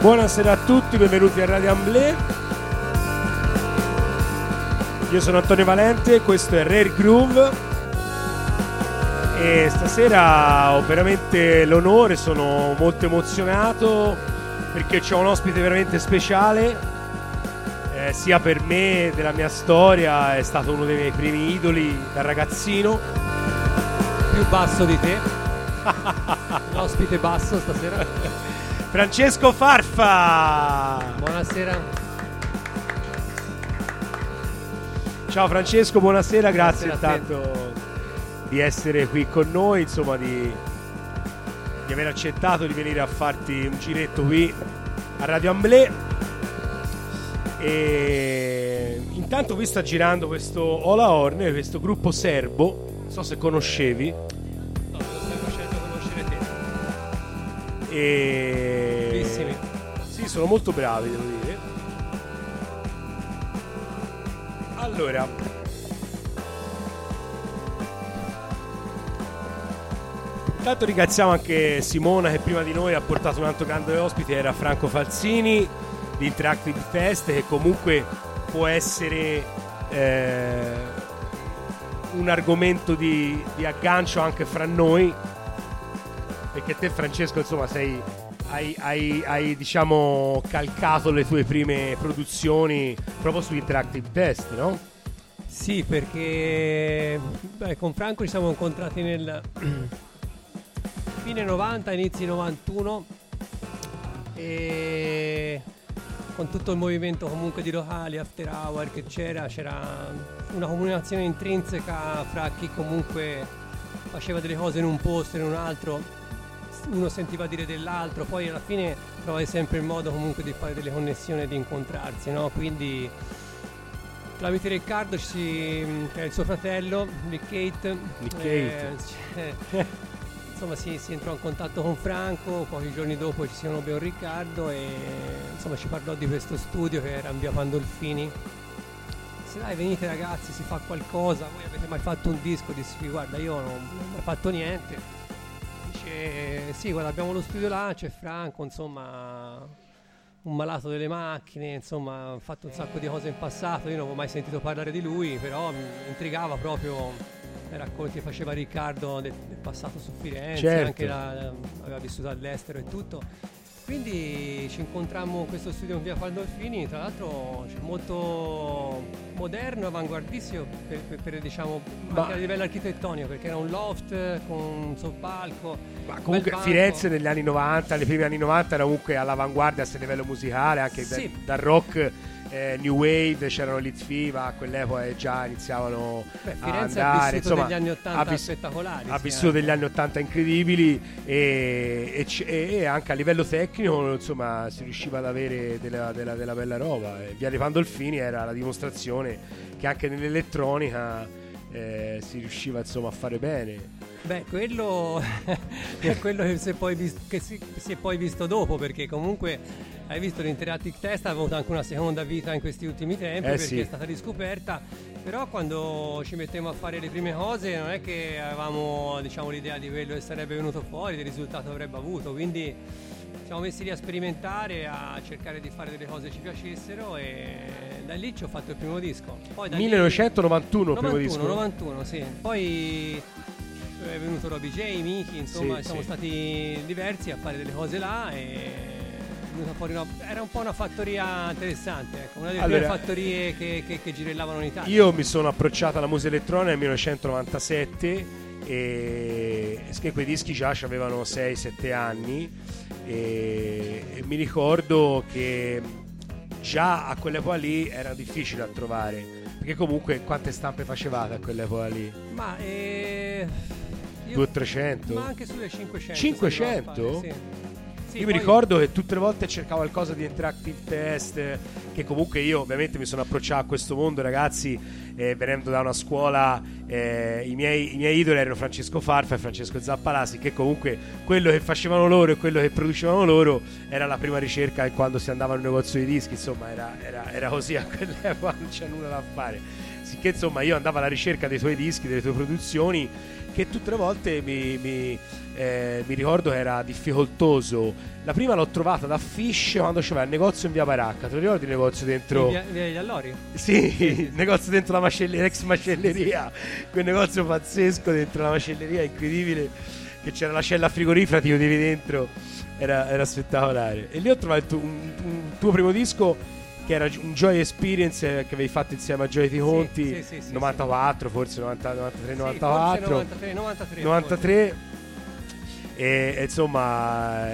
Buonasera a tutti, benvenuti a Radio Amblè. Io sono Antonio Valente, questo è Rare Groove e stasera ho veramente l'onore, sono molto emozionato perché c'ho un ospite veramente speciale, sia per me, della mia storia, è stato uno dei miei primi idoli da ragazzino. Più basso di te, l'ospite basso stasera. Francesco Farfa! Buonasera. Ciao Francesco, buonasera, grazie Buonasera intanto di essere qui con noi, insomma di aver accettato di venire a farti un giretto qui a Radio Amblè. E intanto qui sta girando questo Ola Horn, questo gruppo serbo, non so se conoscevi. No, lo stai facendo conoscere te. E Bellissimi. sì, sono molto bravi, devo dire. Allora, intanto ringraziamo anche Simona che prima di noi ha portato un altro grande ospite, era Franco Falsini di Interactive Fest, che comunque può essere un argomento di aggancio anche fra noi, perché te Francesco insomma hai diciamo calcato le tue prime produzioni proprio su Interactive Fest, no? Sì, perché con Franco ci siamo incontrati nel fine 90, inizi 91 e con tutto il movimento comunque di locali, after hour che c'era una comunicazione intrinseca fra chi comunque faceva delle cose in un posto e in un altro, uno sentiva dire dell'altro, poi alla fine trovavi sempre il modo comunque di fare delle connessioni e di incontrarsi, no? Quindi tramite Riccardo, che è il suo fratello, Nick Cate, insomma si entrò in contatto con Franco, pochi giorni dopo ci si conobbe con Riccardo e insomma ci parlò di questo studio che era in via Pandolfini. Disse dai, venite ragazzi, si fa qualcosa, voi avete mai fatto un disco? Dissi guarda, io non ho mai fatto niente. Dice sì, guarda, abbiamo lo studio là, c'è Franco, insomma un malato delle macchine, insomma ha fatto un sacco di cose in passato, io non avevo mai sentito parlare di lui, però mi intrigava proprio i racconti che faceva Riccardo del passato su Firenze, certo. Anche aveva vissuto all'estero e tutto. Quindi ci incontrammo in questo studio in via Pandolfini, tra l'altro molto moderno, avanguardissimo per diciamo anche a livello architettonico, perché era un loft con un soppalco. Ma comunque Firenze negli anni 90, nei primi anni 90 era comunque all'avanguardia a livello musicale, anche sì. dal rock New Wave, c'erano Litz Viva, a quell'epoca già iniziavano Firenze a andare, ha vissuto insomma, degli anni 80 spettacolari. Ha vissuto degli anni 80 incredibili e anche a livello tecnico insomma si riusciva ad avere della bella roba. Via dei Pandolfini era la dimostrazione che anche nell'elettronica si riusciva insomma a fare bene. Beh, quello è quello che si è poi visto dopo, perché comunque hai visto l'Interactive Test ha avuto anche una seconda vita in questi ultimi tempi, perché sì. è stata riscoperta, però quando ci mettemmo a fare le prime cose non è che avevamo diciamo l'idea di quello che sarebbe venuto fuori, del risultato che avrebbe avuto, quindi ci siamo messi lì a sperimentare, a cercare di fare delle cose che ci piacessero e da lì ci ho fatto il primo disco. Poi da 1991 il primo disco? 91, sì. Poi è venuto Robbie J, Miki, insomma siamo stati diversi a fare delle cose là e è venuta fuori era un po' una fattoria interessante, ecco, una delle prime fattorie che girellavano in Italia. Io mi sono approcciato alla musica elettronica nel 1997 e quei dischi già avevano 6-7 anni e mi ricordo che già a quell'epoca lì era difficile da trovare, perché comunque quante stampe facevate a quell'epoca lì? Ma 200-300? Ma anche sulle 500. 500? Sì, io mi ricordo che tutte le volte cercavo qualcosa di Interactive Test, che comunque io ovviamente mi sono approcciato a questo mondo, ragazzi, venendo da una scuola, i miei idoli erano Francesco Farfa e Francesco Zappalasi, che comunque quello che facevano loro e quello che producevano loro era la prima ricerca quando si andava al negozio di dischi, insomma era così a quell'epoca, non c'è nulla da fare, sicché insomma io andavo alla ricerca dei tuoi dischi, delle tue produzioni, che tutte le volte mi ricordo che era difficoltoso. La prima l'ho trovata da Fish quando c'era il negozio in via Baracca, te lo ricordi il negozio dentro? Via degli Allori? Sì, il negozio dentro la macelleria, l'ex macelleria, quel negozio pazzesco dentro la macelleria, incredibile, che c'era la cella frigorifera, ti chiudevi dentro, era spettacolare. E lì ho trovato un tuo primo disco che era un Joy Experience che avevi fatto insieme a Joy Di Conti, sì, 94 forse, 93, sì, 94 forse 93 e insomma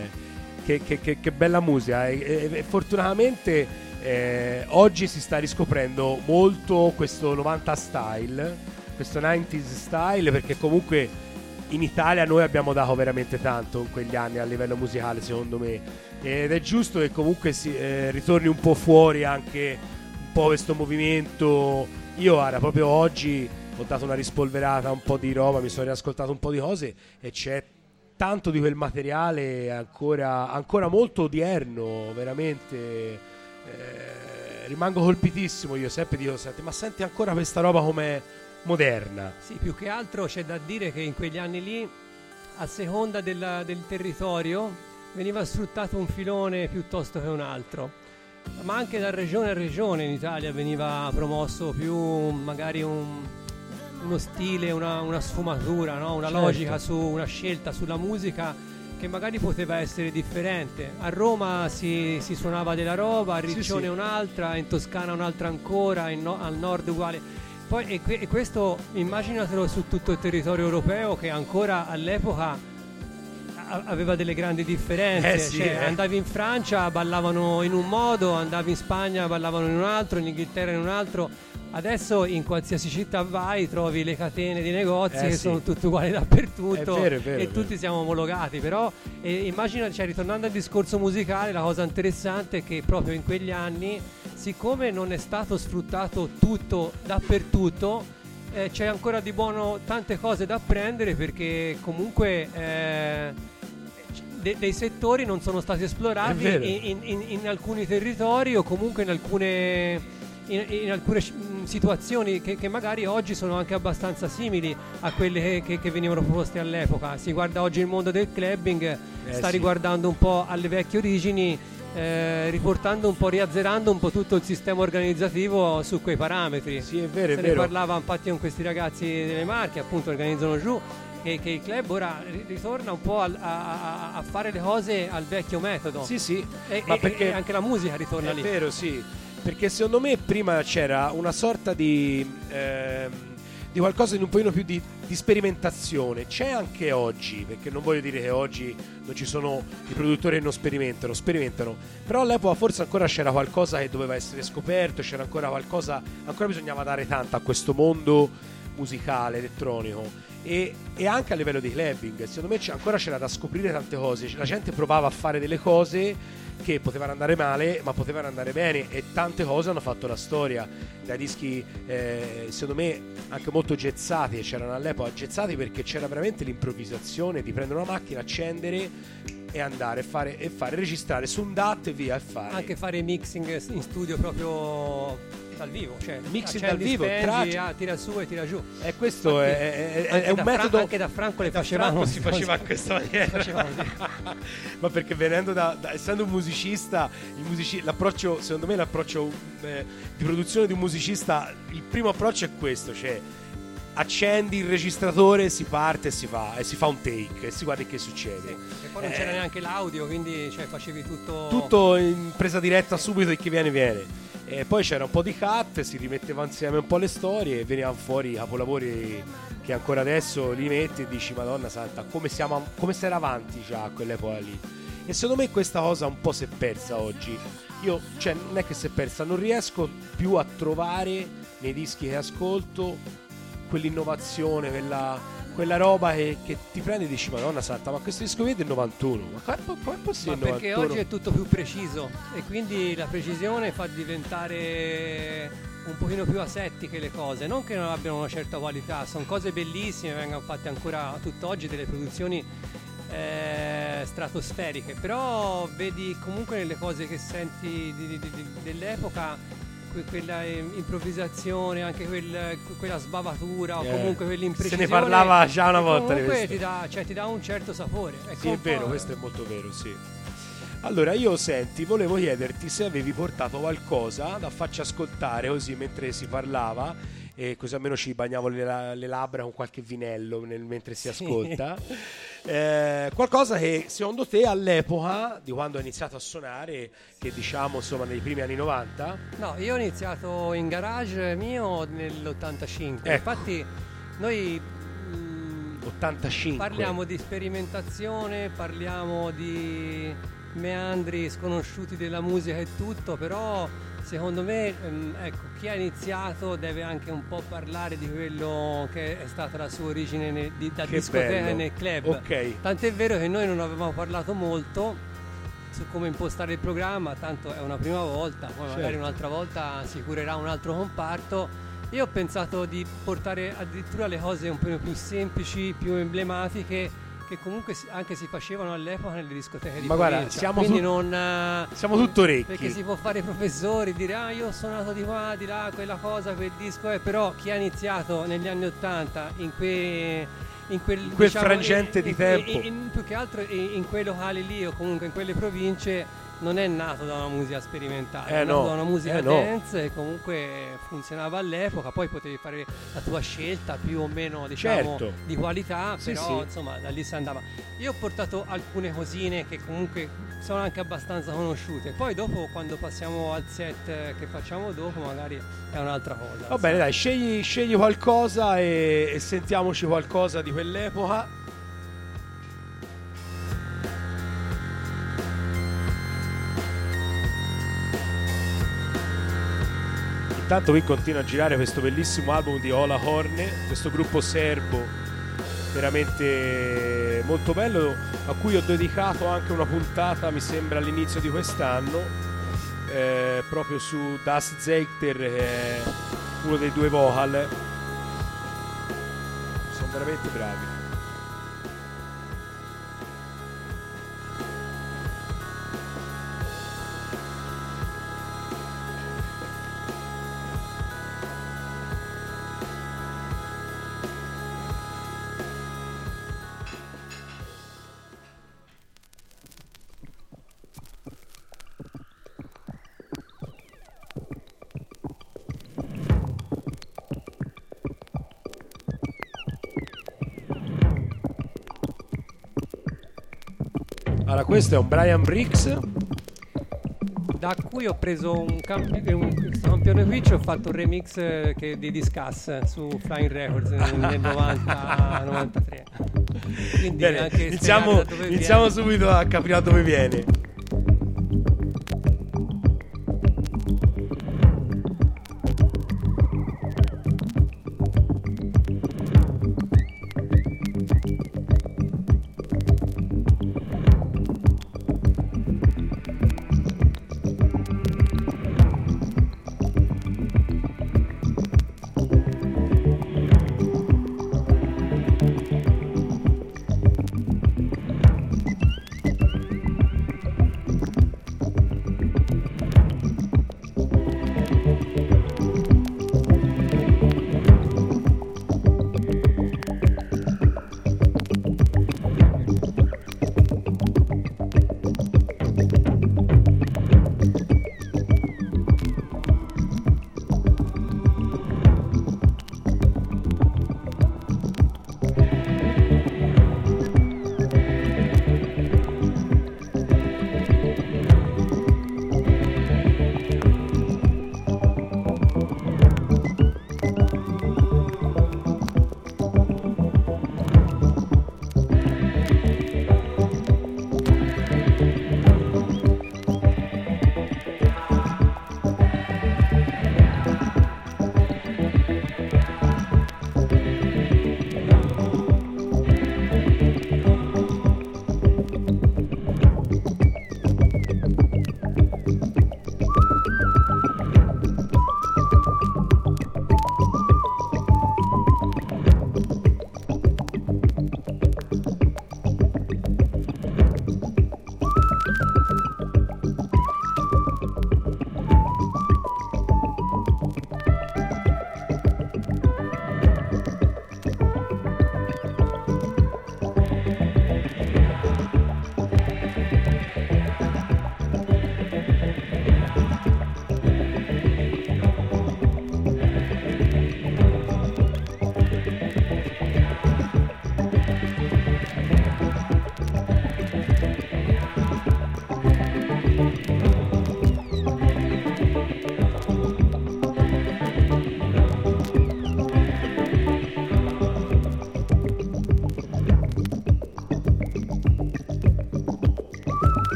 che bella musica e fortunatamente oggi si sta riscoprendo molto questo 90 style, questo 90s style, perché comunque in Italia noi abbiamo dato veramente tanto in quegli anni a livello musicale, secondo me, ed è giusto che comunque si ritorni un po' fuori anche un po' questo movimento. Io guarda, proprio oggi ho dato una rispolverata a un po' di roba, mi sono riascoltato un po' di cose e c'è tanto di quel materiale ancora molto odierno, veramente rimango colpitissimo. Io sempre dico, senti, ma senti ancora questa roba com'è moderna. Sì, più che altro c'è da dire che in quegli anni lì, a seconda del territorio, veniva sfruttato un filone piuttosto che un altro, ma anche da regione a regione in Italia veniva promosso più magari uno stile, una sfumatura, no? Una logica su una scelta sulla musica che magari poteva essere differente. A Roma si suonava della roba, a Riccione un'altra, in Toscana un'altra ancora, al nord uguale. Poi, e questo immaginatelo su tutto il territorio europeo, che ancora all'epoca aveva delle grandi differenze. Andavi in Francia, ballavano in un modo, andavi in Spagna, ballavano in un altro, in Inghilterra in un altro. Adesso in qualsiasi città vai trovi le catene di negozi che sono tutte uguali dappertutto, è vero, e tutti siamo omologati. Però immagina, ritornando al discorso musicale, la cosa interessante è che proprio in quegli anni, siccome non è stato sfruttato tutto dappertutto, c'è ancora di buono tante cose da apprendere, perché comunque dei settori non sono stati esplorati in alcuni territori, o comunque in alcune situazioni che magari oggi sono anche abbastanza simili a quelle che venivano proposte all'epoca. Si guarda oggi il mondo del clubbing, sta riguardando un po' alle vecchie origini, riportando un po', riazzerando un po' tutto il sistema organizzativo su quei parametri. Sì, è vero, Se ne parlava infatti con questi ragazzi delle Marche, appunto, organizzano giù, che il club ora ritorna un po' a fare le cose al vecchio metodo. Sì, ma perché anche la musica ritorna lì. È vero, sì, perché secondo me prima c'era una sorta di qualcosa di un pochino più di sperimentazione. C'è anche oggi, perché non voglio dire che oggi non ci sono i produttori che non sperimentano, però all'epoca forse ancora c'era qualcosa che doveva essere scoperto, c'era ancora qualcosa, ancora bisognava dare tanto a questo mondo musicale, elettronico, e anche a livello di clubbing. Secondo me ancora c'era da scoprire tante cose. La gente provava a fare delle cose che potevano andare male, ma potevano andare bene, e tante cose hanno fatto la storia. Dai dischi secondo me anche molto jazzati, c'erano all'epoca jazzati perché c'era veramente l'improvvisazione di prendere una macchina, accendere e andare e fare registrare su un DAT e via, e fare anche fare mixing in studio proprio dal vivo, cioè mixing dal vivo, tira su e tira giù. E questo è un metodo. Anche da Franco le facevamo. Si faceva in questa maniera. Ma perché venendo essendo un musicista, l'approccio, secondo me l'approccio di produzione di un musicista, il primo approccio è questo, cioè accendi il registratore, si parte e si fa un take e si guarda che succede. Sì, e poi non c'era neanche l'audio, quindi facevi tutto in presa diretta subito, e chi viene. E poi c'era un po' di cut, si rimetteva insieme un po' le storie e venivano fuori i capolavori che ancora adesso li metti e dici Madonna santa, come si era avanti già a quell'epoca lì. E secondo me questa cosa un po' si è persa oggi. Io, cioè, non è che si è persa, non riesco più a trovare nei dischi che ascolto quell'innovazione, quella roba che ti prendi e dici Madonna santa, ma questo disco qui è del 91, ma come è possibile? Ma perché 91? Oggi è tutto più preciso, e quindi la precisione fa diventare un pochino più asettiche le cose. Non che non abbiano una certa qualità, sono cose bellissime, vengono fatte ancora tutt'oggi delle produzioni stratosferiche, però vedi comunque nelle cose che senti dell'epoca quella improvvisazione, anche quella sbavatura o comunque Se quell'imprecisione. ne parlava già una volta di comunque questo. ti dà un certo sapore. Sì, è vero, questo è molto vero, sì. Allora io senti, volevo chiederti se avevi portato qualcosa da farci ascoltare così mentre si parlava, e così almeno ci bagniamo le labbra con qualche vinello mentre si ascolta. Qualcosa che secondo te all'epoca di quando hai iniziato a suonare, che diciamo insomma nei primi anni 90? No, io ho iniziato in garage mio nell'85. Ecco. Infatti noi 85. parliamo di sperimentazione, parliamo di meandri sconosciuti della musica e tutto, però secondo me ecco, chi ha iniziato deve anche un po' parlare di quello che è stata la sua origine da discoteca e nel club. Ok. Tant'è vero che noi non avevamo parlato molto su come impostare il programma, tanto è una prima volta, poi magari un'altra volta si curerà un altro comparto. Io ho pensato di portare addirittura le cose un po' più semplici, più emblematiche, che comunque anche si facevano all'epoca nelle discoteche di provincia. Guarda, siamo siamo tutto orecchi. Perché si può fare i professori, dire io ho suonato di qua, di là, quella cosa, quel disco, però chi ha iniziato negli anni '80 in quel diciamo, frangente di tempo, più che altro in quei locali lì o comunque in quelle province, non è nato da una musica sperimentale, è nato da una musica dance e comunque funzionava all'epoca. Poi potevi fare la tua scelta più o meno, diciamo, di qualità, però insomma da lì si andava. Io ho portato alcune cosine che comunque sono anche abbastanza conosciute, poi dopo quando passiamo al set che facciamo dopo magari è un'altra cosa. Va bene, dai, scegli qualcosa e sentiamoci qualcosa di quell'epoca. Intanto qui continua a girare questo bellissimo album di Ola Horne, questo gruppo serbo veramente molto bello, a cui ho dedicato anche una puntata, mi sembra all'inizio di quest'anno, proprio su Das Zeigter, che è uno dei due vocal. Sono veramente bravi. Allora, questo è un Brian Briggs, da cui ho preso questo campione qui, ci ho fatto un remix di Discuss su Flying Records nel 90-93. Quindi bene, anche iniziamo subito a capire da dove viene.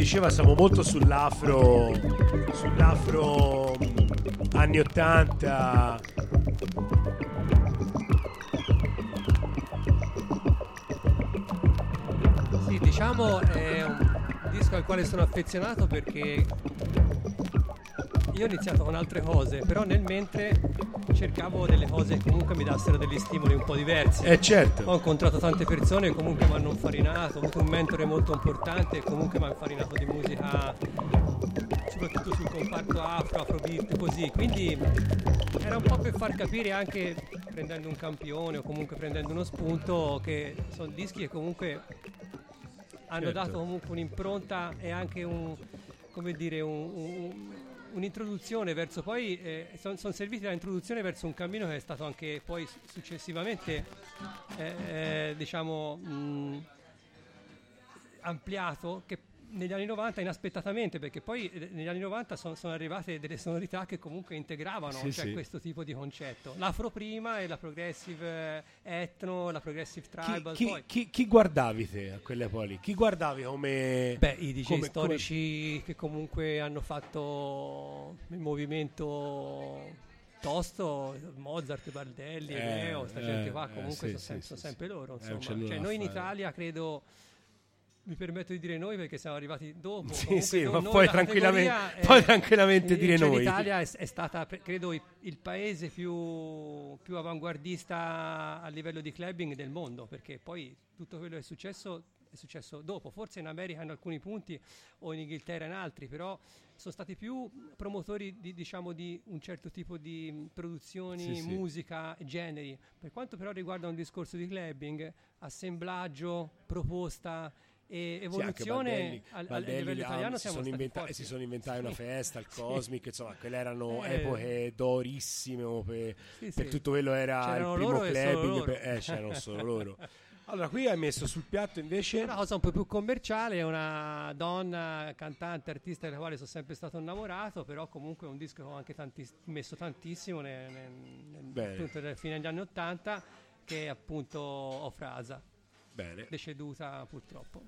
diceva, siamo molto sull'afro anni 80. Sì, diciamo è un disco al quale sono affezionato perché io ho iniziato con altre cose, però nel mentre cercavo delle cose che comunque mi dassero degli stimoli un po' diversi. Certo. Ho incontrato tante persone che comunque mi hanno infarinato, ho avuto un mentore molto importante che comunque mi ha infarinato di musica, soprattutto sul comparto afrobeat, così. Quindi era un po' per far capire, anche prendendo un campione o comunque prendendo uno spunto, che sono dischi che comunque hanno dato comunque un'impronta e anche un'introduzione verso, poi sono serviti da introduzione verso un cammino che è stato anche poi successivamente ampliato, che negli anni 90 inaspettatamente, perché poi negli anni 90 sono arrivate delle sonorità che comunque integravano questo tipo di concetto, l'afro prima e la progressive etno, la progressive tribal. Chi guardavi te a quelle poli? Chi guardavi come... I DJ storici che comunque hanno fatto il movimento tosto, Mozart, Baldelli, Leo, sta gente qua comunque sono sempre loro, insomma. Cioè, noi inItalia credo, mi permetto di dire noi perché siamo arrivati dopo. Ma puoi tranquillamente dire noi. L'Italia è stata, credo, il paese più avanguardista a livello di clubbing del mondo, perché poi tutto quello che è successo dopo, forse in America in alcuni punti o in Inghilterra in altri, però sono stati più promotori di un certo tipo di produzioni, musica, generi. Per quanto però riguarda un discorso di clubbing, assemblaggio, proposta e evoluzione a livello italiano si sono inventati una festa, il Cosmic, insomma, quelle erano epoche dorissime per tutto quello, era c'erano il primo clubbing, c'erano solo loro. Allora, qui hai messo sul piatto invece una cosa un po' più commerciale, è una donna cantante, artista della quale sono sempre stato innamorato, però comunque è un disco che ho anche messo tantissimo appunto nel fine degli anni 80, che è appunto Ofrasa. Bene. Deceduta purtroppo.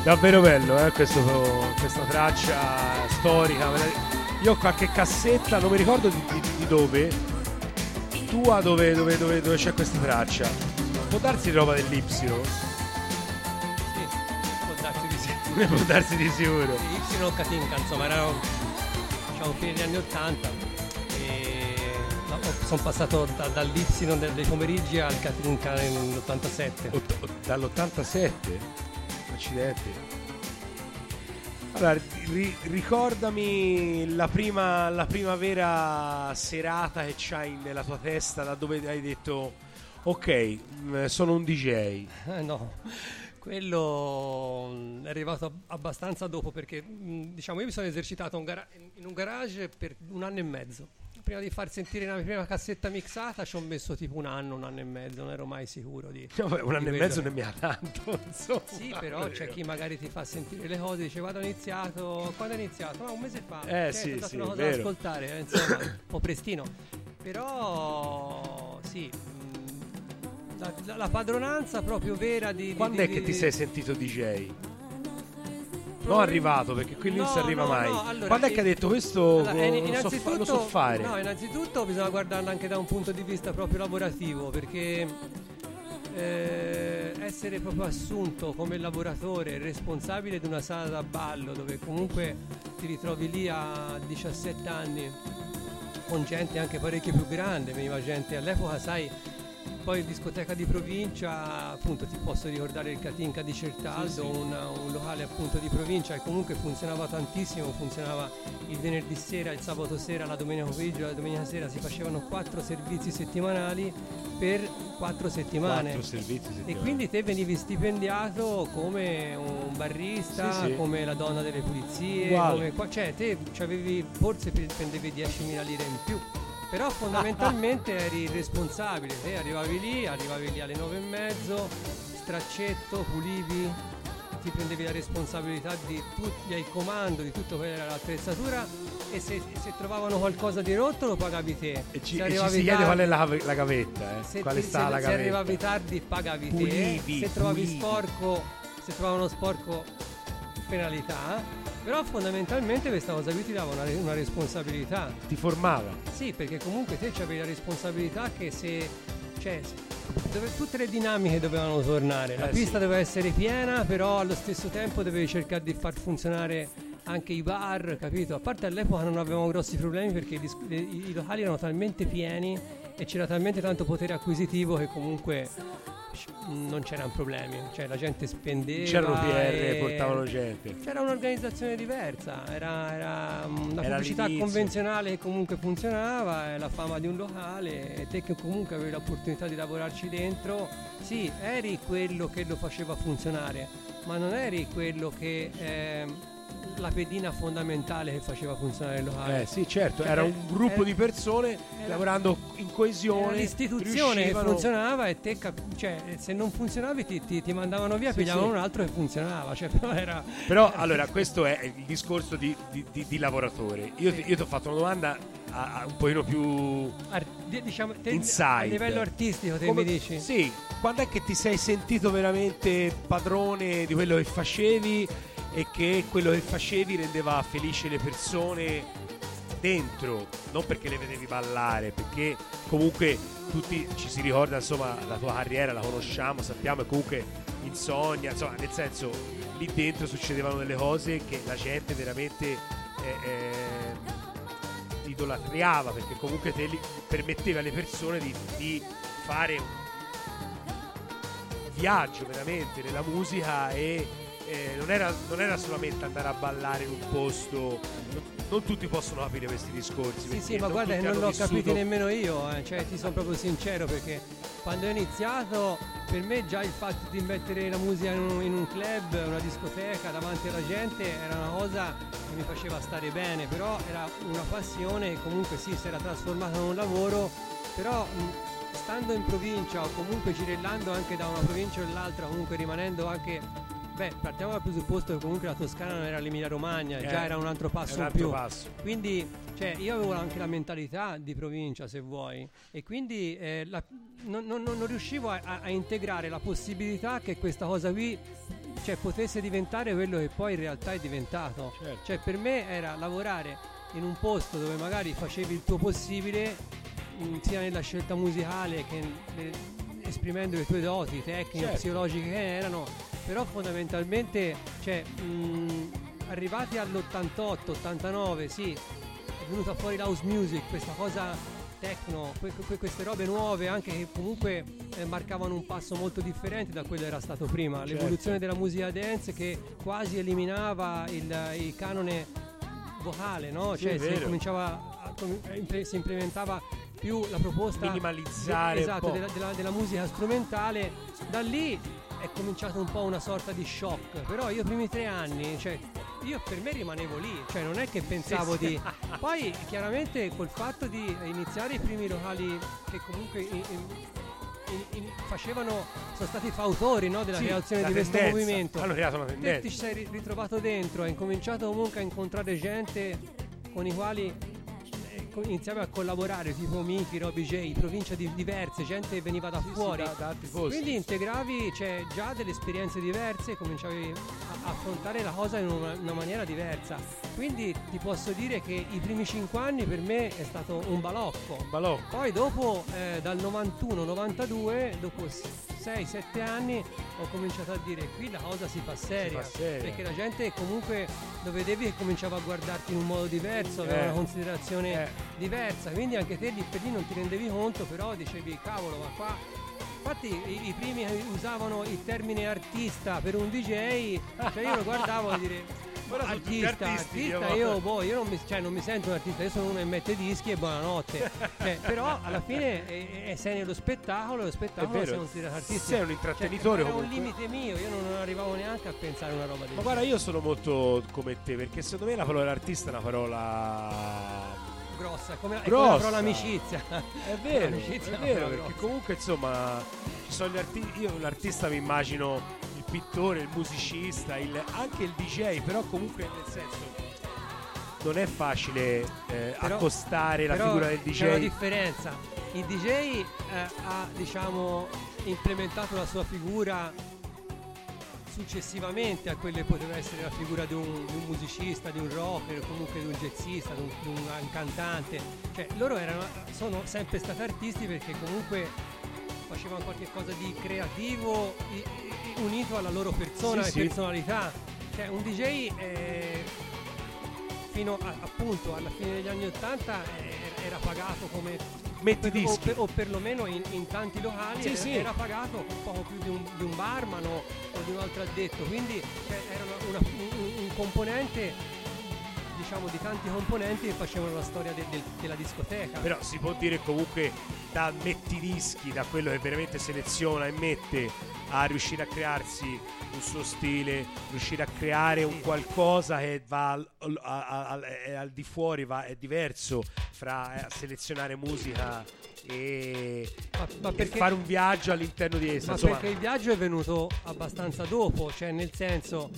Davvero bello, questa traccia storica. Io ho qualche cassetta, non mi ricordo di dove. Tua dove c'è questa traccia. Può darsi roba dell'Ipsilo? Sì, può darsi di sicuro. Può darsi di sicuro. Ipsilo o Katinka, insomma, erano diciamo fine degli anni 80 e sono passato dall'Ipsilo dei pomeriggi al Katinka nell'87. Dall'87? Accidenti. Allora, ricordami la prima vera serata che c'hai nella tua testa, da dove hai detto ok, sono un DJ. No, quello è arrivato abbastanza dopo perché diciamo io mi sono esercitato in un garage per 1 anno e mezzo. Prima di far sentire la mia prima cassetta mixata ci ho messo tipo un anno e mezzo, non ero mai sicuro di... No, 1 anno e mezzo ne mi ha tanto, insomma. Sì, però c'è chi magari ti fa sentire le cose, dice quando hai iniziato? No, un mese fa. Sì, ho dato sì, una cosa vero. da ascoltare, insomma, un po' prestino. Però sì, la padronanza proprio vera di... Quando è che ti sei sentito DJ? Non arrivato, perché qui non si arriva mai. Allora, quando è che hai detto questo lo so fare? No, innanzitutto bisogna guardarlo anche da un punto di vista proprio lavorativo, perché essere proprio assunto come lavoratore responsabile di una sala da ballo dove comunque ti ritrovi lì a 17 anni con gente anche parecchio più grande, veniva gente all'epoca, sai. Poi discoteca di provincia, appunto ti posso ricordare il Katinka di Certaldo, sì. Un locale appunto di provincia che comunque funzionava tantissimo, funzionava il venerdì sera, il sabato sera, la domenica pomeriggio, la domenica sera, si facevano 4 servizi settimanali per 4 settimane. 4 servizi settimanali. E quindi te venivi stipendiato come un barista, sì. come la donna delle pulizie, cioè te avevi, forse prendevi 10.000 lire in più. Però fondamentalmente eri il responsabile, te arrivavi lì alle 9:30, straccetto, pulivi, ti prendevi la responsabilità di tutti, il comando di tutto quella era l'attrezzatura e se trovavano qualcosa di rotto lo pagavi te. E ci si chiede qual è la gavetta, quale sta la gavetta. Se arrivavi tardi pagavi pulivi, te, se trovavi sporco, se trovavano sporco penalità. Però fondamentalmente questa cosa qui ti dava una responsabilità. Ti formava. Sì, perché comunque te avevi la responsabilità che tutte le dinamiche dovevano tornare. La pista doveva essere piena, però allo stesso tempo dovevi cercare di far funzionare anche i bar, capito? A parte all'epoca non avevamo grossi problemi perché i locali erano talmente pieni e c'era talmente tanto potere acquisitivo che comunque non c'erano problemi, cioè la gente spendeva, c'erano PR, portavano gente, c'era un'organizzazione diversa, era una pubblicità all'inizio convenzionale che comunque funzionava, la fama di un locale e te che comunque avevi l'opportunità di lavorarci dentro, sì, eri quello che lo faceva funzionare, ma non eri quello che la pedina fondamentale che faceva funzionare il locale. Sì, certo, era un gruppo di persone lavorando in coesione. Era l'istituzione che funzionava e te se non funzionavi ti mandavano via, pigliavano un altro che funzionava. Però allora questo è il discorso di lavoratore. Io ti ho fatto una domanda un pochino più diciamo, inside. A livello artistico mi dici? Sì, quando è che ti sei sentito veramente padrone di quello che facevi e che quello che facevi rendeva felici le persone dentro, non perché le vedevi ballare, perché comunque tutti ci si ricorda, insomma, la tua carriera, la conosciamo, sappiamo, e comunque Insonnia, insomma, nel senso, lì dentro succedevano delle cose che la gente veramente ti idolatriava, perché comunque te permetteva alle persone di fare un viaggio veramente nella musica e non era solamente andare a ballare in un posto, non tutti possono capire questi discorsi. Sì, ma guarda che non l'ho capito nemmeno io, cioè ti sono proprio sincero, perché quando ho iniziato per me già il fatto di mettere la musica in un club, una discoteca davanti alla gente era una cosa che mi faceva stare bene, però era una passione e comunque sì, si era trasformata in un lavoro, però stando in provincia o comunque girellando anche da una provincia all'altra, comunque rimanendo anche... partiamo dal presupposto che comunque la Toscana non era l'Emilia Romagna, già era un altro passo in più. Quindi io avevo anche la mentalità di provincia, se vuoi, e quindi non riuscivo a integrare la possibilità che questa cosa qui cioè, potesse diventare quello che poi in realtà è diventato. Certo. Cioè, per me era lavorare in un posto dove magari facevi il tuo possibile, sia nella scelta musicale che esprimendo le tue doti tecniche, certo, psicologiche che erano, però fondamentalmente, cioè, arrivati all'88, 89, sì, è venuta fuori l'house music, questa cosa techno, queste robe nuove anche che comunque marcavano un passo molto differente da quello che era stato prima. Certo. L'evoluzione della musica dance che quasi eliminava il canone vocale, no? Sì, Cioè è vero. si implementava più la proposta minimalizzare esatto, un po'. della musica strumentale. Da lì è cominciato un po' una sorta di shock, però io i primi 3 anni, cioè, io per me rimanevo lì, cioè non è che pensavo Sì, sì. di... Poi chiaramente col fatto di iniziare i primi locali che comunque facevano, sono stati fautori, no, della Sì, creazione la di questo tendenza. movimento. Hanno creato una Te tendenza. ti sei ritrovato dentro, hai incominciato comunque a incontrare gente con i quali iniziavi a collaborare, tipo Miki, Roby J, province diverse, gente che veniva da fuori, da altri posti. quindi integravi, cioè, già delle esperienze diverse, cominciavi a affrontare la cosa in una maniera diversa. Quindi ti posso dire che i primi 5 anni per me è stato un balocco. Poi dopo dal 91-92, dopo 6-7 anni, ho cominciato a dire qui la cosa si fa seria, perché la gente comunque lo vedevi che cominciava a guardarti in un modo diverso, aveva una considerazione diversa, quindi anche te lì per lì non ti rendevi conto, però dicevi cavolo, ma qua... Infatti i primi usavano il termine artista per un DJ, cioè io lo guardavo e dire artista, io non mi sento un artista, io sono uno che mette dischi e buonanotte. Cioè, però alla fine sei nello spettacolo, lo spettacolo si considera artista. Sei un intrattenitore, cioè, era un limite mio, io non arrivavo neanche a pensare una roba del genere. Ma guarda, io sono molto come te, perché secondo me la parola artista è una parola grossa, come grossa. la parola amicizia. È vero, perché grossa. comunque insomma ci sono gli artisti, io l'artista mi immagino il pittore, il musicista, anche il DJ, però comunque nel senso non è facile accostare la figura del DJ. C'è una differenza, il DJ ha, diciamo, implementato la sua figura successivamente a quelle che poteva essere la figura di un musicista, di un rocker, comunque di un jazzista, di un cantante. Cioè loro sono sempre stati artisti perché comunque facevano qualche cosa di creativo unito alla loro persona e personalità. Cioè un DJ fino appunto alla fine degli anni 80 era pagato come metti dischi o perlomeno in tanti locali era pagato poco più di un barman o di un altro addetto, quindi era un componente, diciamo, di tanti componenti che facevano la storia della discoteca. Però si può dire comunque da metti dischi, da quello che veramente seleziona e mette, a riuscire a crearsi un suo stile, riuscire a creare un qualcosa che va al di fuori, è diverso fra selezionare musica e fare un viaggio all'interno di essa. Ma insomma, perché il viaggio è venuto abbastanza dopo, cioè nel senso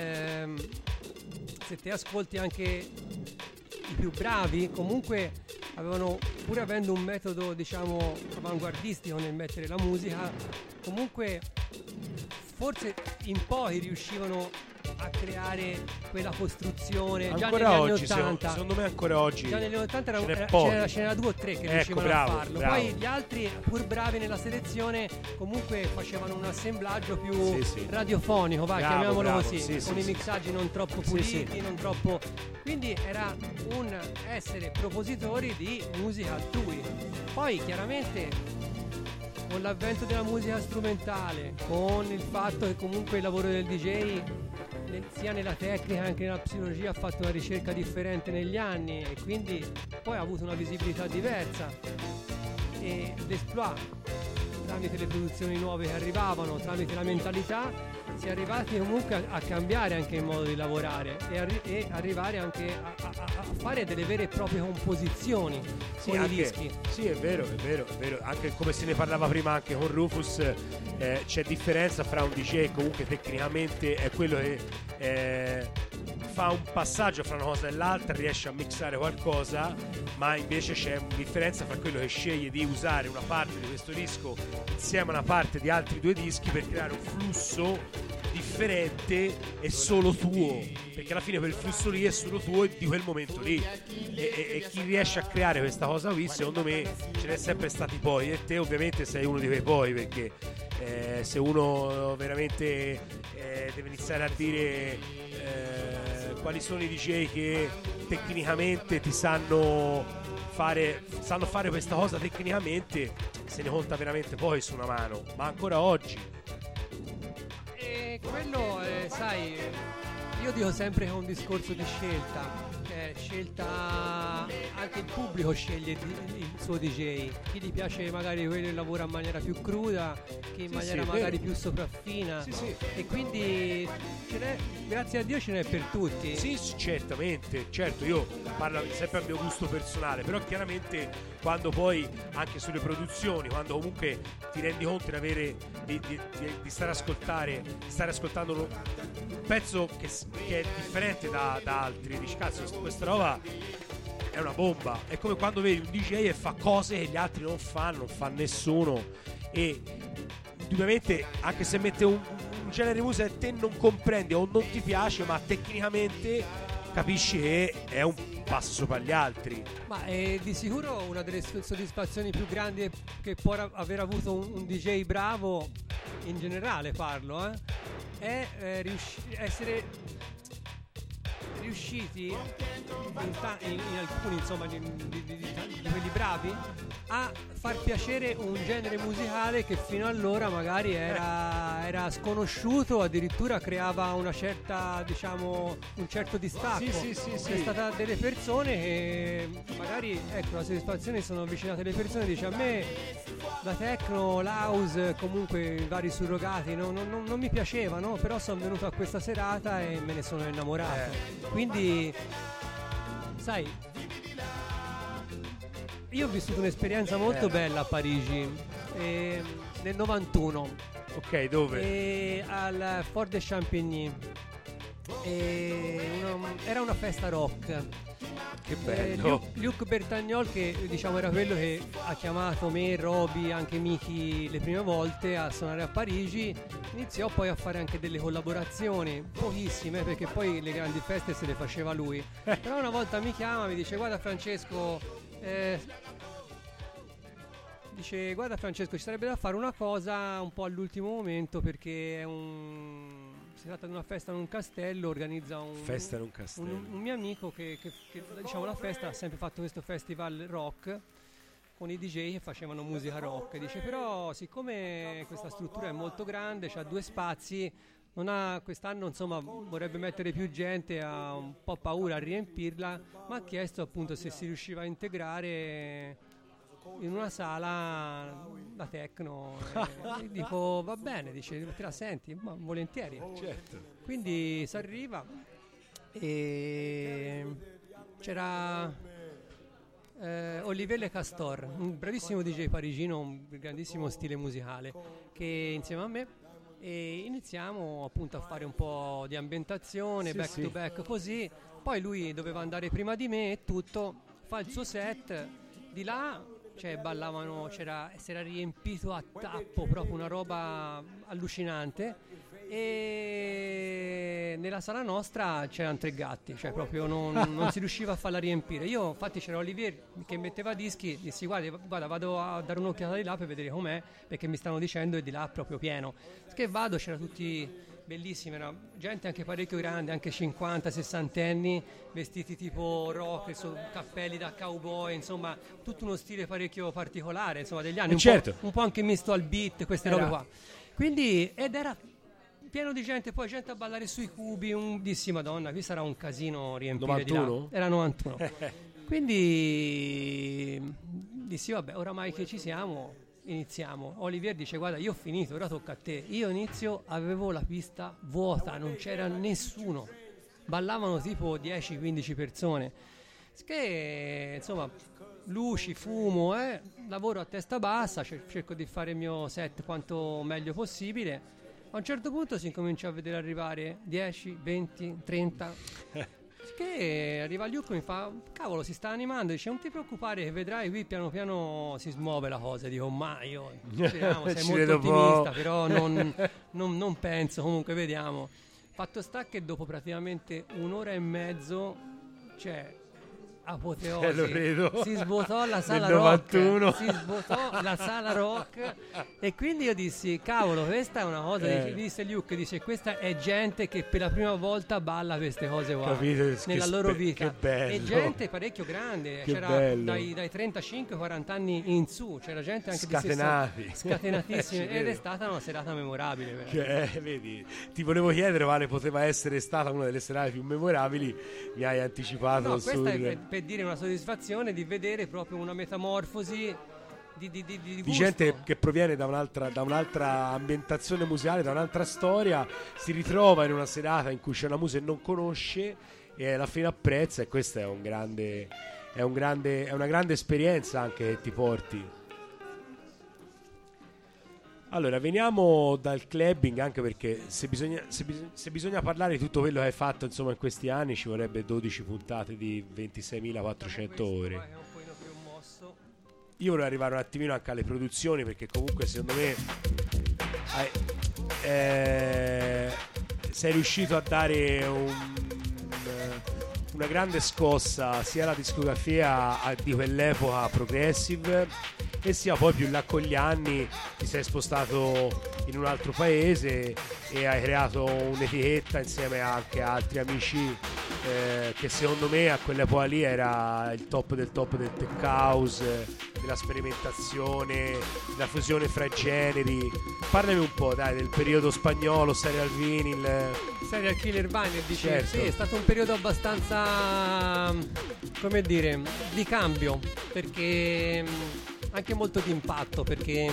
se te ascolti anche i più bravi, comunque avevano, pur avendo un metodo, diciamo, avanguardistico nel mettere la musica, comunque forse in pochi riuscivano a creare quella costruzione ancora già negli anni oggi, 80. secondo me ancora oggi già negli anni 80 c'era 2 o 3 che riuscivano a farlo. Poi gli altri, pur bravi nella selezione, comunque facevano un assemblaggio più radiofonico, chiamiamolo così, con i mixaggi non troppo puliti, non troppo. Quindi era un essere propositori di musica altrui. Poi chiaramente con l'avvento della musica strumentale, con il fatto che comunque il lavoro del DJ sia nella tecnica che anche nella psicologia ha fatto una ricerca differente negli anni e quindi poi ha avuto una visibilità diversa, e l'esploit tramite le produzioni nuove che arrivavano, tramite la mentalità, si è arrivati comunque a cambiare anche il modo di lavorare e arrivare anche a fare delle vere e proprie composizioni con i dischi. Sì, è vero, anche come se ne parlava prima anche con Rufus, c'è differenza fra un DJ comunque tecnicamente è quello che fa un passaggio fra una cosa e l'altra, riesce a mixare qualcosa, ma invece c'è una differenza fra quello che sceglie di usare una parte di questo disco insieme a una parte di altri 2 dischi per creare un flusso differente e solo tuo, perché alla fine quel flusso lì è solo tuo e di quel momento lì, e chi riesce a creare questa cosa qui, secondo me ce n'è sempre stati poi, e te ovviamente sei uno di quei poi, perché se uno veramente deve iniziare a dire quali sono i DJ che tecnicamente ti sanno fare questa cosa tecnicamente, se ne conta veramente poi su una mano, ma ancora oggi. Quello, sai, io dico sempre che è un discorso di scelta, anche il pubblico sceglie il suo DJ, chi gli piace magari quello che lavora in maniera più cruda, chi in maniera magari più sopraffina, e quindi grazie a Dio ce n'è per tutti. Sì, certamente, certo, io parlo sempre a mio gusto personale, però chiaramente quando poi anche sulle produzioni, quando comunque ti rendi conto di avere di stare ascoltando un pezzo che è differente da altri, dici cazzo, questa roba è una bomba, è come quando vedi un DJ e fa cose che gli altri non fa nessuno, e indubbiamente anche se mette un genere di musica che te non comprendi o non ti piace, ma tecnicamente capisci che è un passo sopra gli altri. Ma di sicuro una delle soddisfazioni più grandi che può aver avuto un DJ bravo, in generale parlo, è essere riusciti in alcuni, insomma, di quelli bravi, a far piacere un genere musicale che fino allora magari era sconosciuto, addirittura creava una certa, diciamo, un certo distacco. Sì. C'è stata delle persone che magari, ecco, la soddisfazione, sono avvicinate alle persone e dice: a me la techno, l'house, comunque i vari surrogati non mi piacevano, però sono venuto a questa serata e me ne sono innamorato. Quindi, sai, io ho vissuto un'esperienza molto bella a Parigi, nel 91. Ok, dove? Al Fort de Champigny. Era una festa rock. Che bello. Luc Bertagnol, che diciamo era quello che ha chiamato me, Roby, anche Miki le prime volte a suonare a Parigi, iniziò poi a fare anche delle collaborazioni, pochissime, perché poi le grandi feste se le faceva lui. Però una volta mi chiama, mi dice: guarda Francesco, ci sarebbe da fare una cosa un po' all'ultimo momento, perché si tratta di una festa in un castello, organizza un mio amico che diciamo, la festa ha sempre fatto questo festival rock con i DJ che facevano musica rock. Dice: però siccome questa struttura è molto grande, c'ha 2 spazi, quest'anno insomma vorrebbe mettere più gente, ha un po' paura a riempirla, ma ha chiesto appunto se si riusciva a integrare in una sala la techno. E dico: va bene, dice, te la senti? Ma volentieri. Certo. Quindi si arriva e c'era Olivier Le Castor, un bravissimo DJ parigino, un grandissimo stile musicale, che insieme a me, e iniziamo appunto a fare un po' di ambientazione, to back, così. Poi lui doveva andare prima di me e tutto, fa il suo set di là. Cioè ballavano, si era riempito a tappo, proprio una roba allucinante, e nella sala nostra c'erano 3 gatti, cioè proprio non si riusciva a farla riempire. Io infatti, c'era Olivier che metteva dischi, dissi: guarda, vado a dare un'occhiata di là per vedere com'è, perché mi stanno dicendo è di là proprio pieno. Che vado, c'era tutti bellissimi, era gente anche parecchio grande, anche 50-60 anni, vestiti tipo rock, cappelli da cowboy, insomma tutto uno stile parecchio particolare, insomma, degli anni, un po' anche misto al beat, queste robe qua. Quindi, ed era pieno di gente, poi gente a ballare sui cubi, dissi: madonna, qui sarà un casino riempire 91? Di là. Era 91. Quindi dissi: vabbè, oramai che ci siamo, iniziamo. Olivier dice: guarda, io ho finito, ora tocca a te. Io inizio, avevo la pista vuota, non c'era nessuno, ballavano tipo 10-15 persone, che insomma, luci, fumo, lavoro a testa bassa, cerco di fare il mio set quanto meglio possibile. A un certo punto si incomincia a vedere arrivare 10, 20, 30. Che arriva Luke e mi fa: cavolo, si sta animando. Dice: non ti preoccupare, che vedrai qui piano piano si smuove la cosa. Dico: ma io speriamo, sei molto ottimista, però non penso. Comunque vediamo. Fatto sta che dopo praticamente un'ora e mezzo, cioè apoteosi, si svuotò la sala rock, si svuotò la sala rock, e quindi io dissi: cavolo, questa è una cosa, disse Luke, dice: questa è gente che per la prima volta balla queste cose qua. Capite? Nella loro vita, che bello. E gente parecchio grande, che c'era dai 35-40 anni in su, c'era gente anche scatenatissima ed è stata una serata memorabile, cioè, vedi, ti volevo chiedere quale poteva essere stata una delle serate più memorabili, mi hai anticipato. No, questa è per dire una soddisfazione di vedere proprio una metamorfosi di gente che proviene da un'altra ambientazione musicale, da un'altra storia, si ritrova in una serata in cui c'è una musica che non conosce e alla fine apprezza, e questa è una grande esperienza anche che ti porti. Allora, veniamo dal clubbing, anche perché se bisogna parlare di tutto quello che hai fatto, insomma, in questi anni, ci vorrebbe 12 puntate di 26.400 ore. Io volevo arrivare un attimino anche alle produzioni, perché comunque secondo me sei riuscito a dare una grande scossa sia alla discografia di quell'epoca progressive, e sia poi più là con gli anni ti sei spostato in un altro paese e hai creato un'etichetta insieme anche a altri amici che secondo me a quell'epoca lì era il top del tech house, della sperimentazione, della fusione fra generi. Parlami un po', dai, del periodo spagnolo, Serial Vinyl, Serial Killer Vinyl, dice. Certo. Sì, è stato un periodo abbastanza, come dire, di cambio, perché anche molto di impatto, perché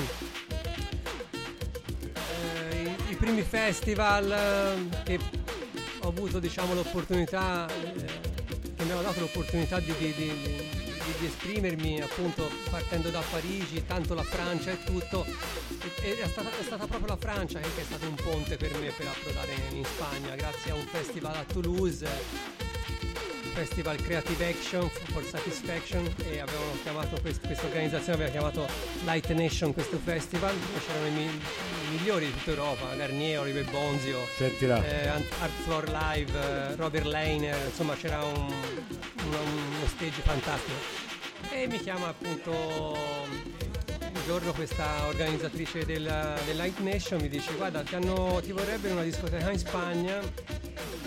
i primi festival che ho avuto, diciamo, l'opportunità, che mi hanno dato l'opportunità di esprimermi, appunto, partendo da Parigi, tanto la Francia e tutto, è stata proprio la Francia che è stato un ponte per me per approdare in Spagna, grazie a un festival a Toulouse, Festival Creative Action for Satisfaction, e avevano chiamato questa organizzazione aveva chiamato Light Nation questo festival, e c'erano i migliori di tutta Europa, Garnier, Oliver Bonzio, Art Floor Live, Robert Lehner, insomma c'era uno stage fantastico, e mi chiama appunto un giorno questa organizzatrice del Light Nation, mi dice: guarda, ti vorrebbero una discoteca in Spagna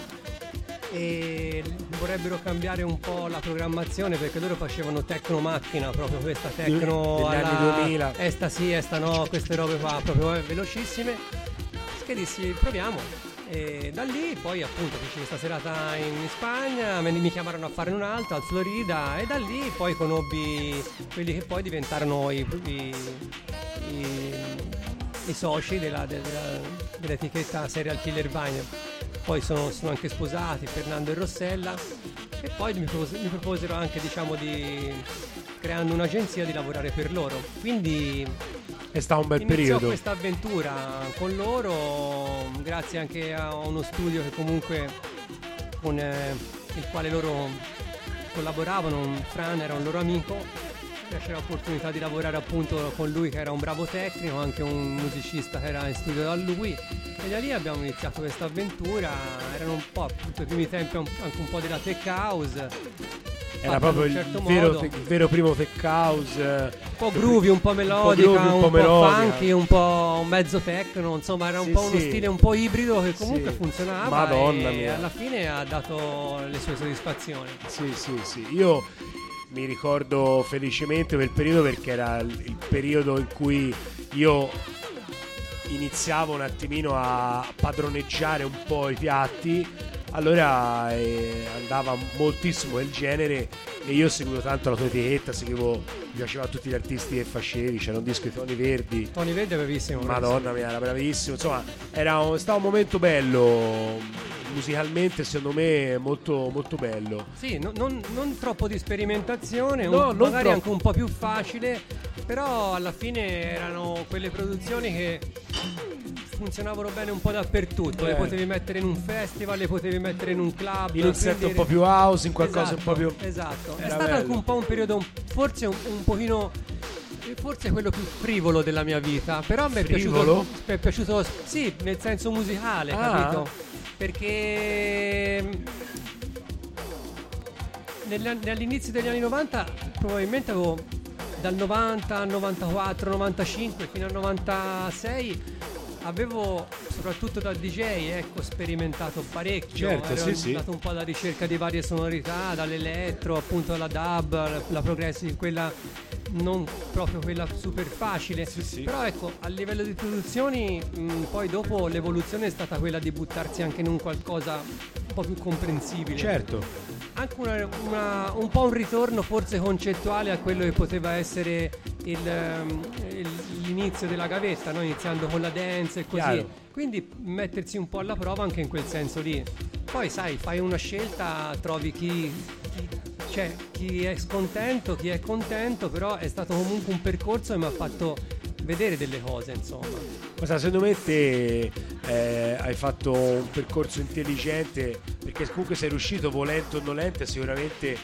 e vorrebbero cambiare un po' la programmazione, perché loro facevano techno macchina, proprio questa techno degli anni 2000, esta sì, esta no, queste robe qua proprio velocissime, che dissi proviamo, e da lì poi appunto feci questa serata in Spagna, mi chiamarono a fare un'altra al Florida, e da lì poi conobbi quelli che poi diventarono i soci dell'etichetta Serial Killer Vinyl. Poi sono anche sposati, Fernando e Rossella, e poi mi proposero anche, diciamo, creando un'agenzia, di lavorare per loro. Quindi è stato un bel iniziò periodo questa avventura con loro, grazie anche a uno studio che comunque con il quale loro collaboravano. Fran era un loro amico, c'era l'opportunità di lavorare appunto con lui, che era un bravo tecnico, anche un musicista che era in studio da lui, e da lì abbiamo iniziato questa avventura. Erano un po' appunto, ai primi tempi anche un po' della tech house, era proprio il vero primo tech house, un po' groovy, un po' melodica, un po' funky, un po' un mezzo techno, insomma era un po' uno stile un po' ibrido che comunque funzionava. Madonna e mia, alla fine ha dato le sue soddisfazioni. Sì, io mi ricordo felicemente quel periodo, perché era il periodo in cui io iniziavo un attimino a padroneggiare un po' i piatti. Allora andava moltissimo il genere, e io seguivo tanto la tua etichetta, mi piacevano tutti gli artisti che facevi, c'era un disco di Tony Verdi è bravissimo, Madonna mia, era bravissimo, insomma era stato un momento bello, musicalmente secondo me molto, molto bello. Sì, non troppo di sperimentazione, magari anche un po' più facile, però alla fine erano quelle produzioni che funzionavano bene un po' dappertutto, le potevi mettere in un festival, le potevi mettere in un club, in un set un po' più house, in qualcosa un po' più... Esatto, è Era stato bello. anche un po' un periodo forse un pochino, forse quello più frivolo della mia vita, però mi è piaciuto, sì, nel senso musicale, capito? Perché all'inizio degli anni 90 probabilmente avevo dal 90 al 94, 95 fino al 96 avevo, soprattutto da DJ, ecco, sperimentato parecchio. Certo, ero sì. andato un po' alla ricerca di varie sonorità, dall'elettro appunto alla dub, la progressive, quella non proprio quella super facile, Sì. però ecco, a livello di produzioni poi dopo l'evoluzione è stata quella di buttarsi anche in un qualcosa un po' più comprensibile. Certo. Anche un po' un ritorno forse concettuale a quello che poteva essere l'inizio della gavetta, no? Iniziando con la dance e così. Chiaro. Quindi mettersi un po' alla prova anche in quel senso lì. Poi sai, fai una scelta, trovi chi è scontento, chi è contento, però è stato comunque un percorso e mi ha fatto vedere delle cose, insomma. Ma secondo me te hai fatto un percorso intelligente, perché comunque sei riuscito, volente o nolente, sicuramente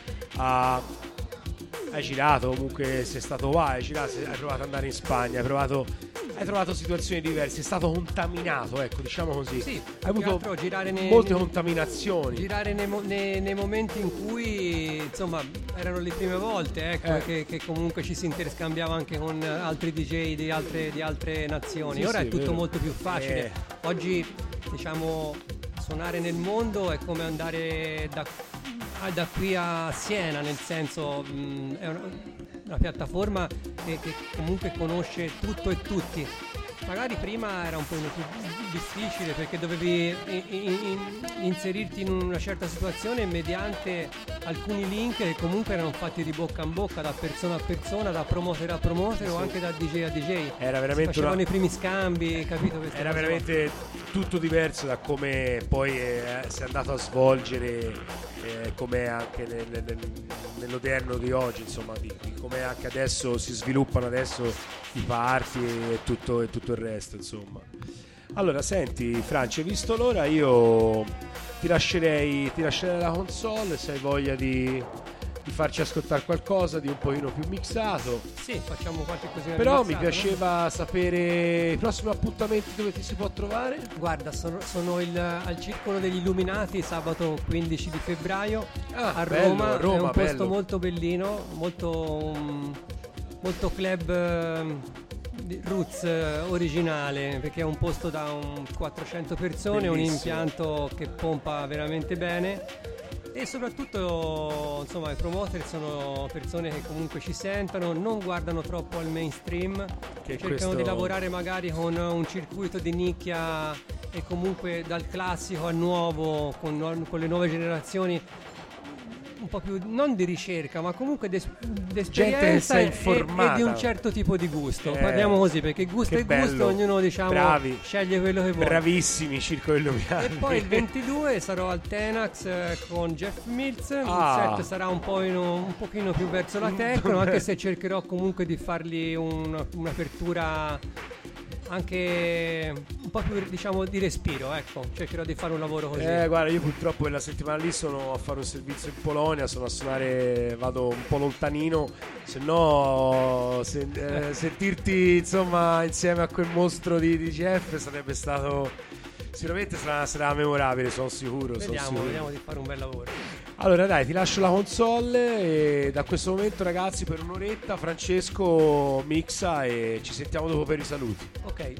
hai girato, comunque sei stato qua, hai girato, hai provato ad andare in Spagna, hai trovato situazioni diverse, sei stato contaminato, ecco, diciamo così. Sì, hai avuto girare molte contaminazioni. Girare nei momenti in cui, insomma, erano le prime volte, ecco, che comunque ci si interscambiava anche con altri DJ di altre nazioni. Sì, ora sì, è tutto vero. molto più facile. Oggi, diciamo, suonare nel mondo è come andare da qui a Siena, nel senso è una piattaforma che comunque conosce tutto e tutti. Magari prima era un po' più difficile perché dovevi inserirti in una certa situazione mediante alcuni link che comunque erano fatti di bocca in bocca, da persona a persona, da promoter a promoter o anche da DJ a DJ. Era veramente si facevano i primi scambi, capito? Era veramente tutto diverso da come poi si è andato a svolgere, come anche nell'odierno di oggi, insomma, di come anche adesso si sviluppano adesso i party e tutto il resto, insomma. Allora, senti, Franci, visto l'ora, io ti lascerei la console se hai voglia di farci ascoltare qualcosa di un pochino più mixato. Sì, facciamo qualche cosina. Però di mi mixato, sapere sapere i prossimi appuntamenti dove ti si può trovare. Guarda, sono al Circolo degli Illuminati sabato 15 di febbraio a bello, Roma. È un posto bello. molto bellino, molto club di roots originale, perché è un posto da 400 persone, Bellissimo. un impianto che pompa veramente bene. E soprattutto, insomma, i promoter sono persone che comunque ci sentono, non guardano troppo al mainstream, Che cercano questo- di lavorare magari con un circuito di nicchia e comunque dal classico al nuovo, con le nuove generazioni, un po' più non di ricerca, ma comunque d'esperienza Gente che si è informata. e di un certo tipo di gusto. Parliamo così, perché gusto che è gusto, bello. ognuno, diciamo, Bravi. sceglie quello che vuole. Bravissimi, Circolo Illuminati. E poi il 22 sarò al Tenax con Jeff Mills. Il set sarà un pochino più verso la techno, anche se cercherò comunque di fargli un'apertura anche un po' più, diciamo, di respiro, ecco. Cercherò di fare un lavoro così. Guarda, io purtroppo quella settimana lì sono a fare un servizio in Polonia, sono a suonare, vado un po' lontanino, se no sentirti, insomma, insieme a quel mostro di Jeff sarebbe stato, sicuramente sarà memorabile, sono sicuro. Vediamo di fare un bel lavoro. Allora dai, ti lascio la console e da questo momento, ragazzi, per un'oretta Francesco mixa e ci sentiamo dopo per i saluti. Ok.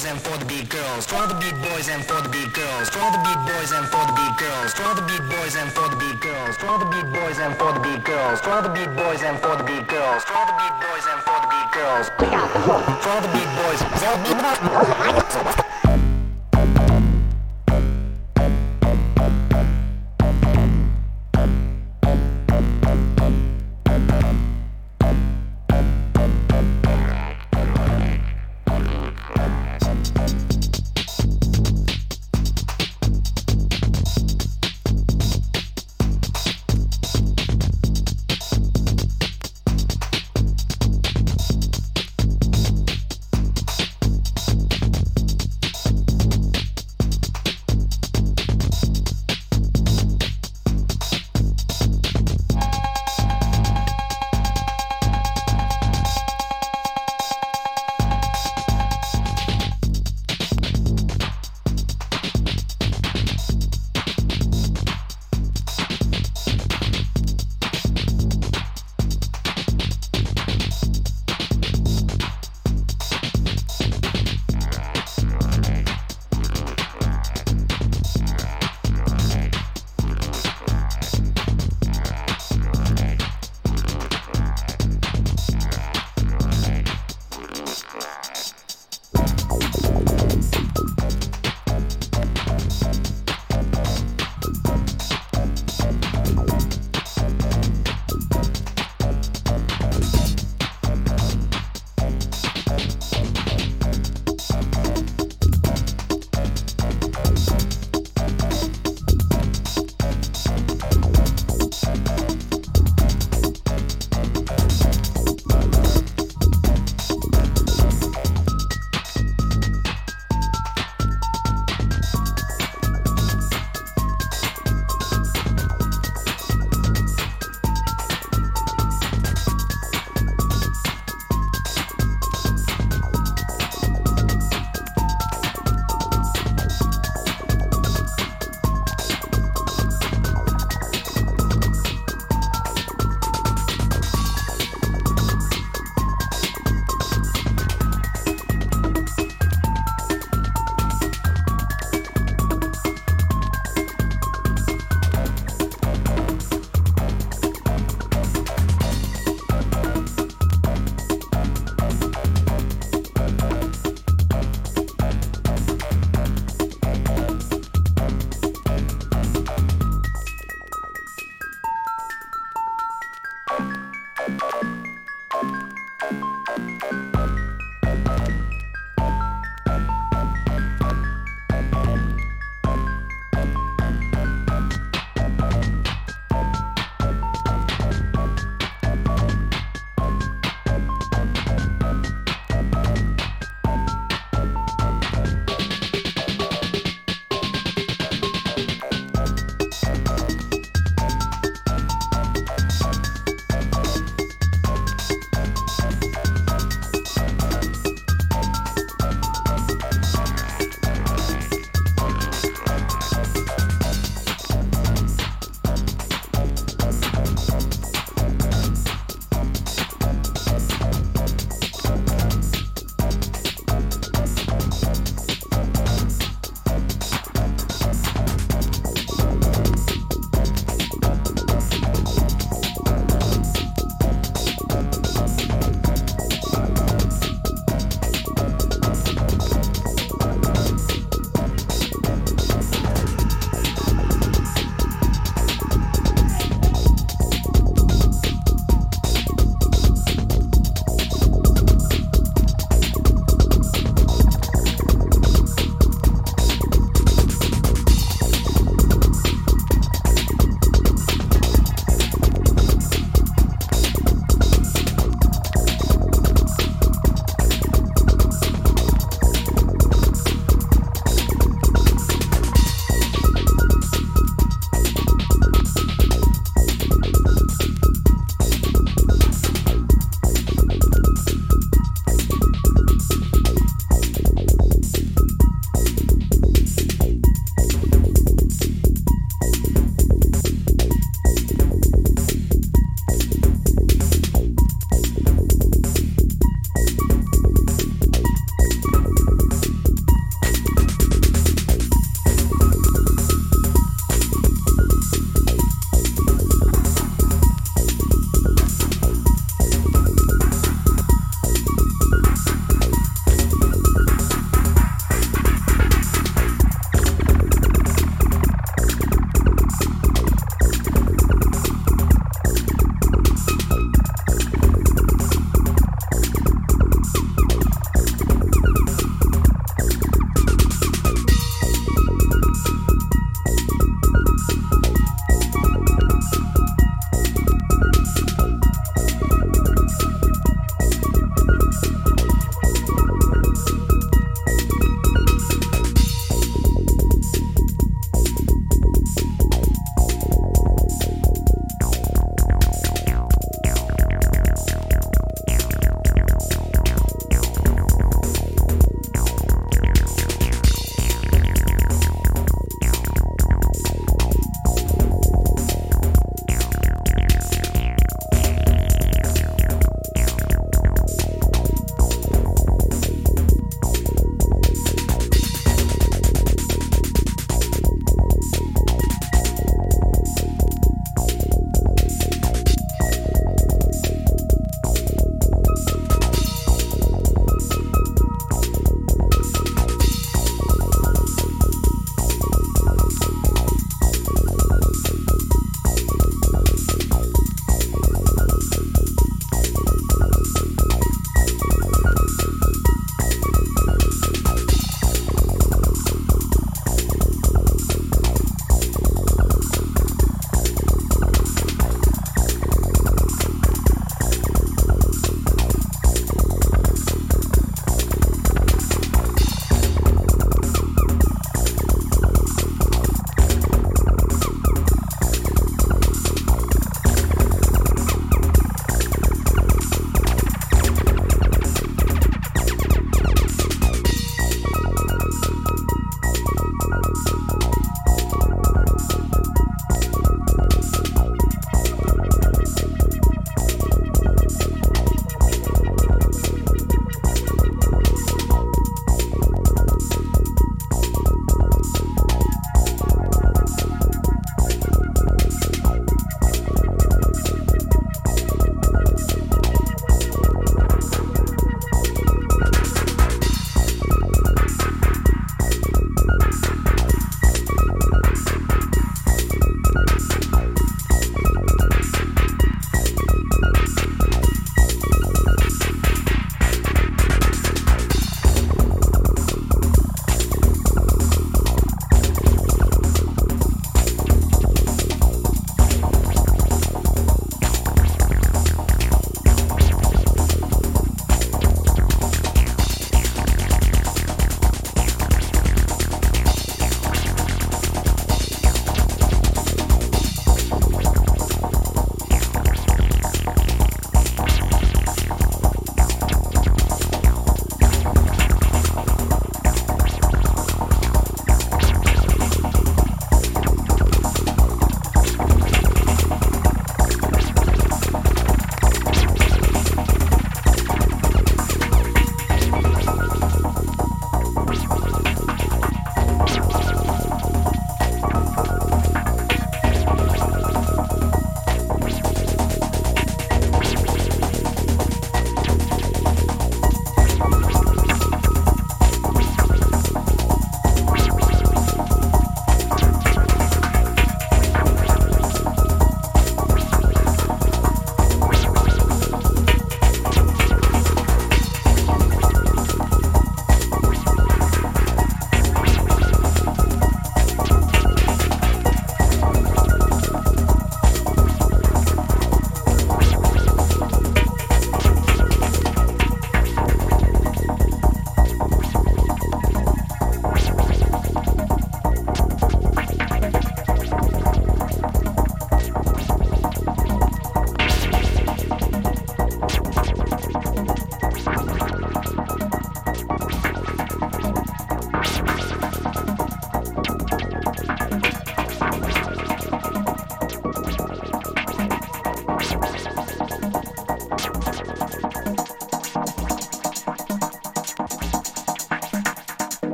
boys and for the beat girls. For the beat boys and for the beat girls. For the beat boys and for the beat girls. For the beat boys and for the beat girls. For the beat boys and for the beat girls. For the beat boys and for the beat girls. For the beat boys and for the beat girls. For the beat boys. For the beat boys.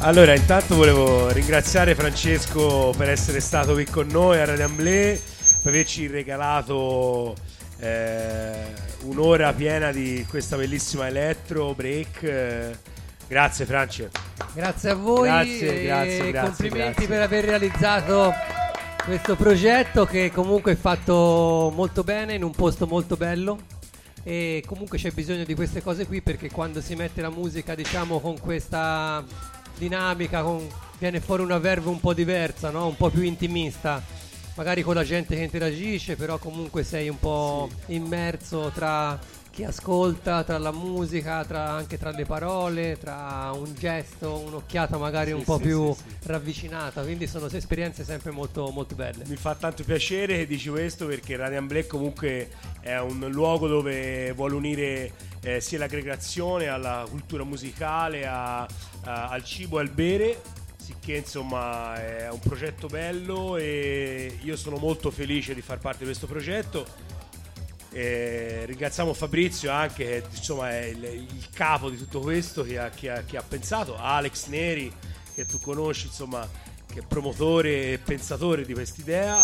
Allora, intanto volevo ringraziare Francesco per essere stato qui con noi a Radio Amblè, per averci regalato un'ora piena di questa bellissima electro break. Grazie France. Grazie a voi, grazie, complimenti per aver realizzato questo progetto che comunque è fatto molto bene in un posto molto bello, e comunque c'è bisogno di queste cose qui, perché quando si mette la musica, diciamo, con questa dinamica, viene fuori una verve un po' diversa, no? Un po' più intimista, magari con la gente che interagisce, però comunque sei un po' immerso tra chi ascolta, tra la musica, anche tra le parole, tra un gesto, un'occhiata magari un po' più ravvicinata, quindi sono esperienze sempre molto, molto belle. Mi fa tanto piacere che dici questo, perché Radio Amblè comunque è un luogo dove vuole unire sia l'aggregazione alla cultura musicale, al cibo e al bere, sicché insomma è un progetto bello e io sono molto felice di far parte di questo progetto. Ringraziamo Fabrizio anche, che insomma è il capo di tutto questo, che ha pensato, Alex Neri, che tu conosci, insomma, che è promotore e pensatore di quest'idea.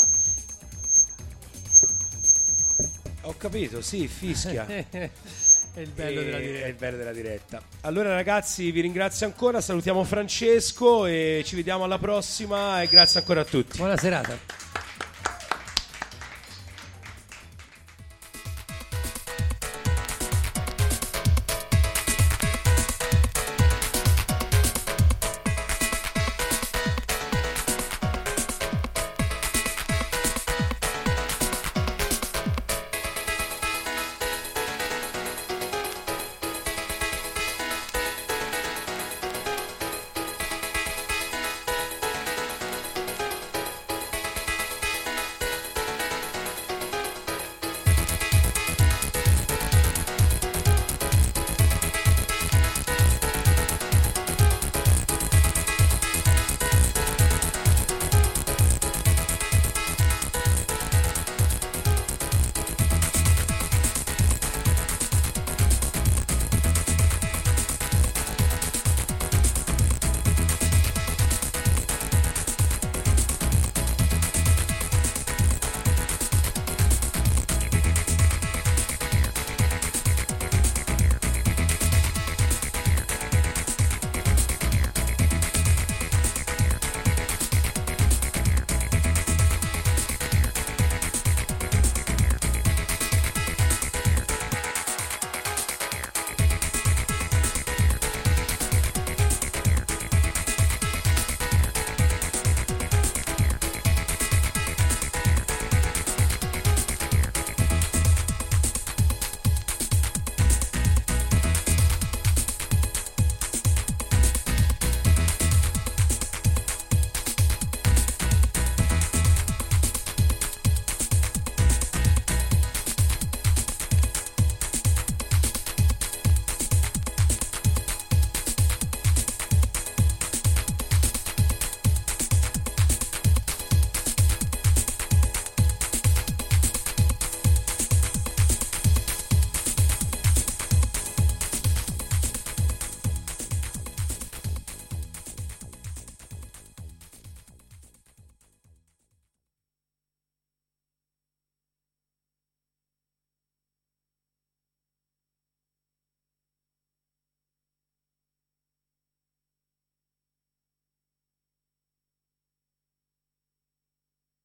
Ho capito, sì, fischia. È il bello della diretta. È il bello della diretta. Allora ragazzi, vi ringrazio ancora, salutiamo Francesco e ci vediamo alla prossima, e grazie ancora a tutti. Buona serata.